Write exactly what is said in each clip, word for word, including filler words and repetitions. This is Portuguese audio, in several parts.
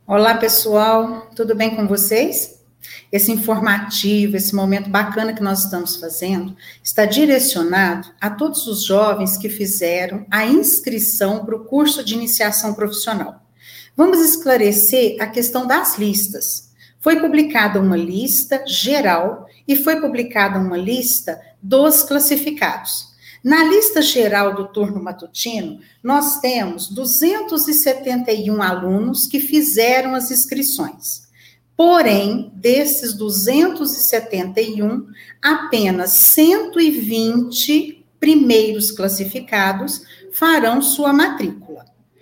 Olá, pessoal, tudo bem com vocês? Esse informativo, esse momento bacana que nós estamos fazendo, está direcionado a todos os jovens que fizeram a inscrição para o curso de iniciação profissional. Vamos esclarecer a questão das listas. Foi publicada uma lista geral e foi publicada uma lista dos classificados. Na lista geral do turno matutino, nós temos duzentos e setenta e um alunos que fizeram as inscrições. Porém, desses duzentos e setenta e um, apenas cento e vinte primeiros classificados farão sua matrícula.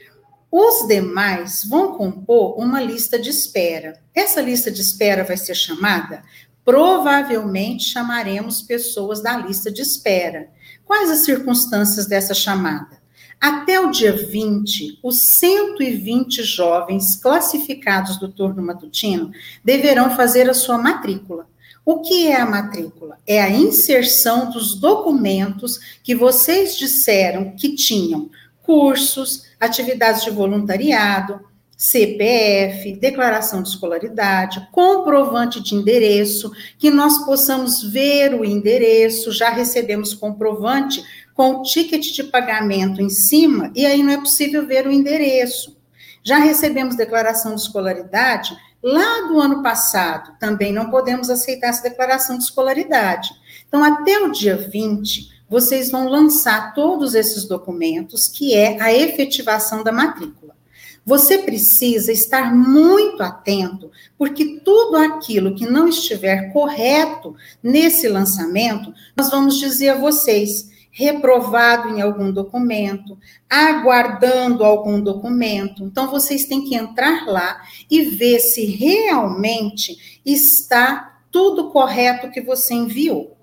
Os demais vão compor uma lista de espera. Essa lista de espera vai ser chamada? Provavelmente chamaremos pessoas da lista de espera. Quais as circunstâncias dessa chamada? Até o dia vinte, os cento e vinte jovens classificados do turno matutino deverão fazer a sua matrícula. O que é a matrícula? É a inserção dos documentos que vocês disseram que tinham cursos, atividades de voluntariado, C P F, declaração de escolaridade, comprovante de endereço, que nós possamos ver o endereço, já recebemos comprovante com o ticket de pagamento em cima, e aí não é possível ver o endereço. Já recebemos declaração de escolaridade lá do ano passado, também não podemos aceitar essa declaração de escolaridade. Então, até o dia vinte, vocês vão lançar todos esses documentos, que é a efetivação da matrícula. Você precisa estar muito atento, porque tudo aquilo que não estiver correto nesse lançamento, nós vamos dizer a vocês, reprovado em algum documento, aguardando algum documento. Então, vocês têm que entrar lá e ver se realmente está tudo correto que você enviou.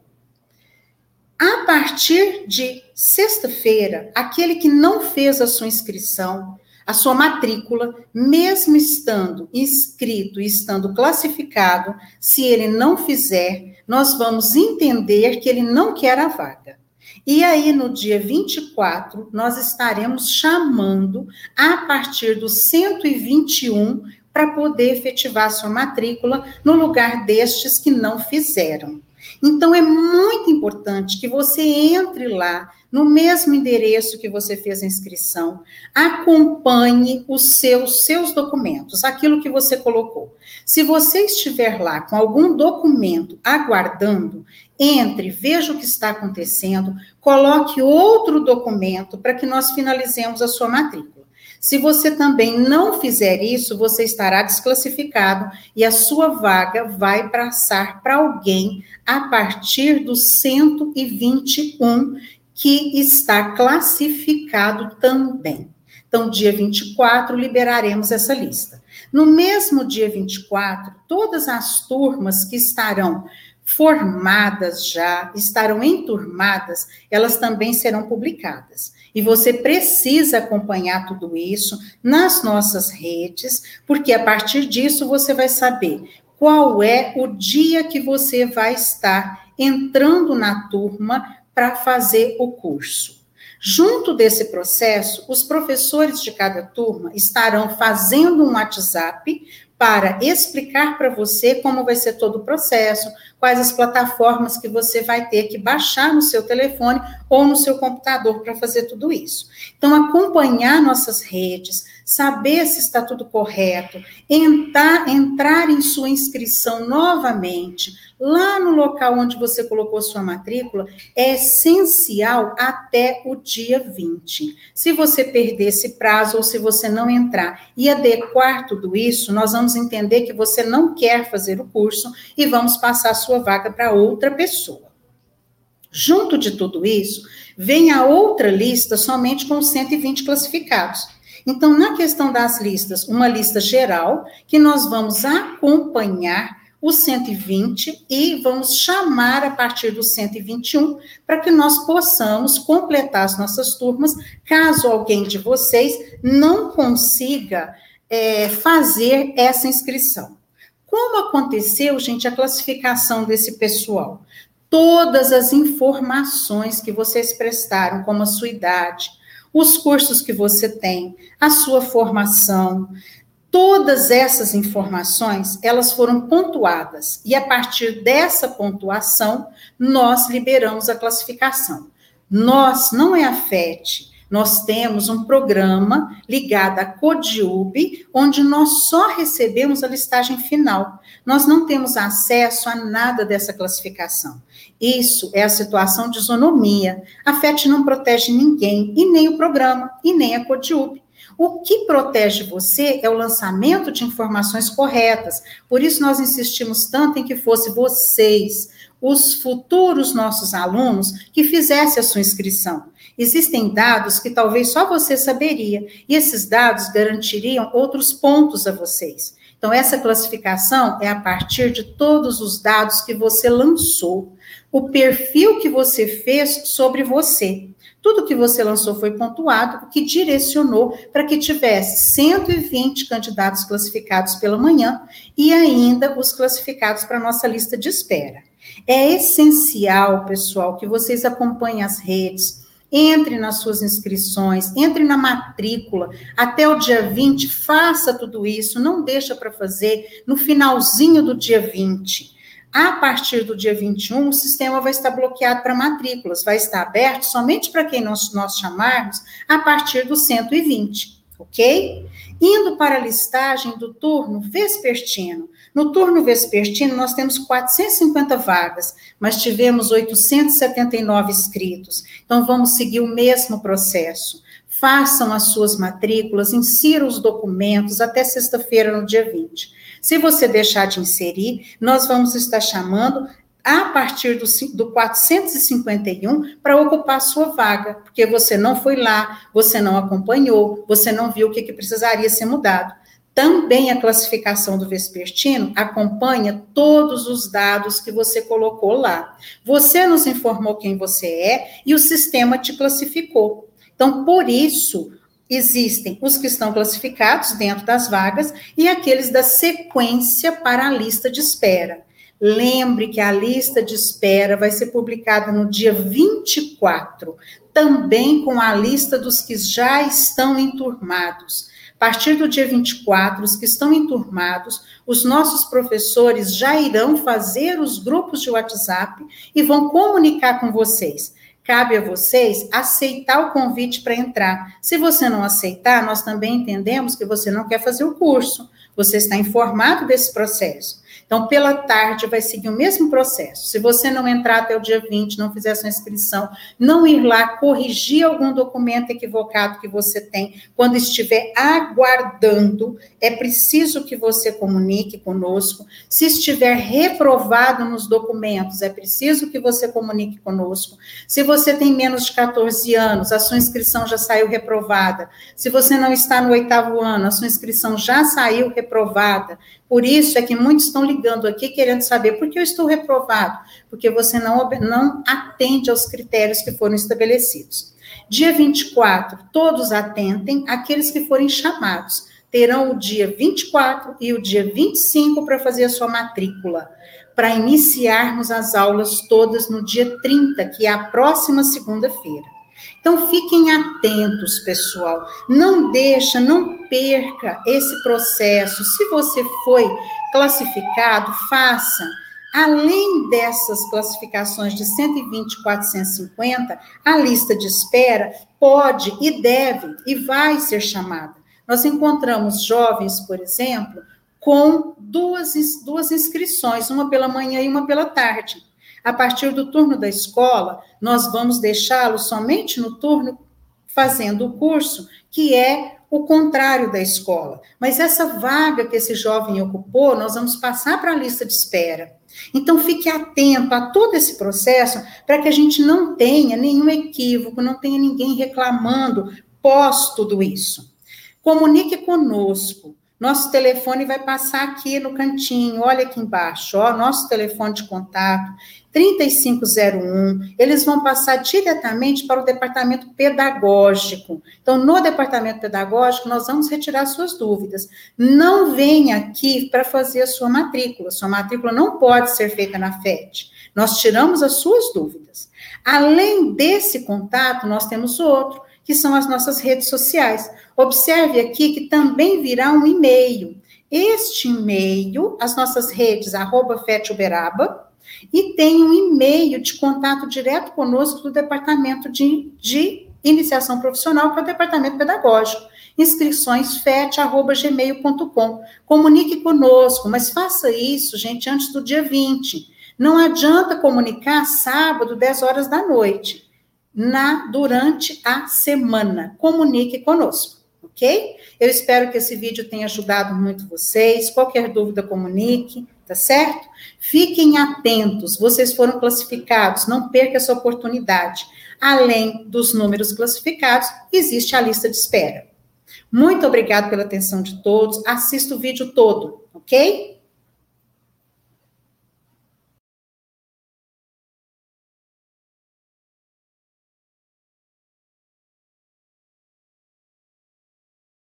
A partir de sexta-feira, aquele que não fez a sua inscrição, a sua matrícula, mesmo estando inscrito e estando classificado, se ele não fizer, nós vamos entender que ele não quer a vaga. E aí, no dia vinte e quatro, nós estaremos chamando, a partir dos cento e vinte e um, para poder efetivar sua matrícula no lugar destes que não fizeram. Então, é muito importante que você entre lá, no mesmo endereço que você fez a inscrição, acompanhe os seus, seus documentos, aquilo que você colocou. Se você estiver lá com algum documento aguardando, entre, veja o que está acontecendo, coloque outro documento para que nós finalizemos a sua matrícula. Se você também não fizer isso, você estará desclassificado e a sua vaga vai passar para alguém a partir do cento e vinte e um, que está classificado também. Então, dia vinte e quatro, liberaremos essa lista. No mesmo dia vinte e quatro, todas as turmas que estarão formadas já, estarão enturmadas, elas também serão publicadas. E você precisa acompanhar tudo isso nas nossas redes, porque a partir disso você vai saber qual é o dia que você vai estar entrando na turma para fazer o curso. Junto desse processo, os professores de cada turma estarão fazendo um WhatsApp para explicar para você como vai ser todo o processo, quais as plataformas que você vai ter que baixar no seu telefone ou no seu computador para fazer tudo isso. Então, acompanhar nossas redes, saber se está tudo correto, entrar, entrar em sua inscrição novamente, lá no local onde você colocou sua matrícula, é essencial até o dia vinte. Se você perder esse prazo ou se você não entrar e adequar tudo isso, nós vamos entender que você não quer fazer o curso e vamos passar a sua vaga para outra pessoa. Junto de tudo isso, vem a outra lista somente com cento e vinte classificados. Então, na questão das listas, uma lista geral, que nós vamos acompanhar os cento e vinte e vamos chamar a partir do cento e vinte e um para que nós possamos completar as nossas turmas, caso alguém de vocês não consiga é, fazer essa inscrição. Como aconteceu, gente, a classificação desse pessoal? Todas as informações que vocês prestaram, como a sua idade, os cursos que você tem, a sua formação, Todas essas informações, elas foram pontuadas, e a partir dessa pontuação, nós liberamos a classificação. Nós, não é a F E T, nós temos um programa ligado à CODIUB, onde nós só recebemos a listagem final. Nós não temos acesso a nada dessa classificação. Isso é a situação de isonomia. A F E T não protege ninguém, e nem o programa, e nem a CODIUB. O que protege você é o lançamento de informações corretas. Por isso nós insistimos tanto em que fosse vocês, os futuros nossos alunos, que fizessem a sua inscrição. Existem dados que talvez só você saberia, e esses dados garantiriam outros pontos a vocês. Então, essa classificação é a partir de todos os dados que você lançou, o perfil que você fez sobre você. Tudo que você lançou foi pontuado, o que direcionou para que tivesse cento e vinte candidatos classificados pela manhã e ainda os classificados para a nossa lista de espera. É essencial, pessoal, que vocês acompanhem as redes, entre nas suas inscrições, entre na matrícula, até o dia vinte, faça tudo isso, não deixa para fazer no finalzinho do dia vinte. A partir do dia vinte e um, o sistema vai estar bloqueado para matrículas, vai estar aberto somente para quem nós, nós chamarmos a partir do cento e vinte, ok? Indo para a listagem do turno vespertino. No turno vespertino, nós temos quatrocentas e cinquenta vagas, mas tivemos oitocentos e setenta e nove inscritos. Então, vamos seguir o mesmo processo. Façam as suas matrículas, insiram os documentos até sexta-feira, no dia vinte. Se você deixar de inserir, nós vamos estar chamando a partir do, do quatrocentos e cinquenta e um para ocupar a sua vaga, porque você não foi lá, você não acompanhou, você não viu o que, que precisaria ser mudado. Também a classificação do vespertino acompanha todos os dados que você colocou lá. Você nos informou quem você é e o sistema te classificou. Então, por isso, existem os que estão classificados dentro das vagas e aqueles da sequência para a lista de espera. Lembre que a lista de espera vai ser publicada no dia vinte e quatro, também com a lista dos que já estão enturmados. A partir do dia vinte e quatro, os que estão enturmados, os nossos professores já irão fazer os grupos de WhatsApp e vão comunicar com vocês. Cabe a vocês aceitar o convite para entrar. Se você não aceitar, nós também entendemos que você não quer fazer o curso. Você está informado desse processo. Então, pela tarde, vai seguir o mesmo processo. Se você não entrar até o dia vinte, não fizer sua inscrição, não ir lá corrigir algum documento equivocado que você tem, quando estiver aguardando, é preciso que você comunique conosco. Se estiver reprovado nos documentos, é preciso que você comunique conosco. Se você tem menos de quatorze anos, a sua inscrição já saiu reprovada. Se você não está no oitavo ano, a sua inscrição já saiu reprovada. Por isso é que muitos estão ligando aqui querendo saber por que eu estou reprovado, porque você não, não atende aos critérios que foram estabelecidos. Dia vinte e quatro, todos atentem, aqueles que forem chamados, terão o dia vinte e quatro e o dia vinte e cinco para fazer a sua matrícula, para iniciarmos as aulas todas no dia trinta, que é a próxima segunda-feira. Então, fiquem atentos, pessoal. Não deixa, não perca esse processo. Se você foi classificado, faça. Além dessas classificações de cento e vinte, quatrocentos e cinquenta, a lista de espera pode e deve e vai ser chamada. Nós encontramos jovens, por exemplo, com duas, duas inscrições, uma pela manhã e uma pela tarde. A partir do turno da escola, nós vamos deixá-lo somente no turno fazendo o curso, que é o contrário da escola. Mas essa vaga que esse jovem ocupou, nós vamos passar para a lista de espera. Então, fique atento a todo esse processo para que a gente não tenha nenhum equívoco, não tenha ninguém reclamando pós tudo isso. Comunique conosco. Nosso telefone vai passar aqui no cantinho, olha aqui embaixo, ó, nosso telefone de contato, trinta e cinco zero um, eles vão passar diretamente para o departamento pedagógico. Então, no departamento pedagógico, nós vamos retirar suas dúvidas. Não venha aqui para fazer a sua matrícula, sua matrícula não pode ser feita na F E T. Nós tiramos as suas dúvidas. Além desse contato, nós temos outro, que são as nossas redes sociais. Observe aqui que também virá um e-mail. Este e-mail, as nossas redes, arroba Fete Uberaba, e tem um e-mail de contato direto conosco do Departamento de, de Iniciação Profissional, que é o Departamento Pedagógico. Inscrições fete arroba gmail ponto com. Comunique conosco, mas faça isso, gente, antes do dia vinte. Não adianta comunicar sábado, dez horas da noite, na, durante a semana. Comunique conosco, ok? Eu espero que esse vídeo tenha ajudado muito vocês. Qualquer dúvida, comunique, tá certo? Fiquem atentos, vocês foram classificados, não perca essa oportunidade. Além dos números classificados, existe a lista de espera. Muito obrigada pela atenção de todos. Assista o vídeo todo, ok?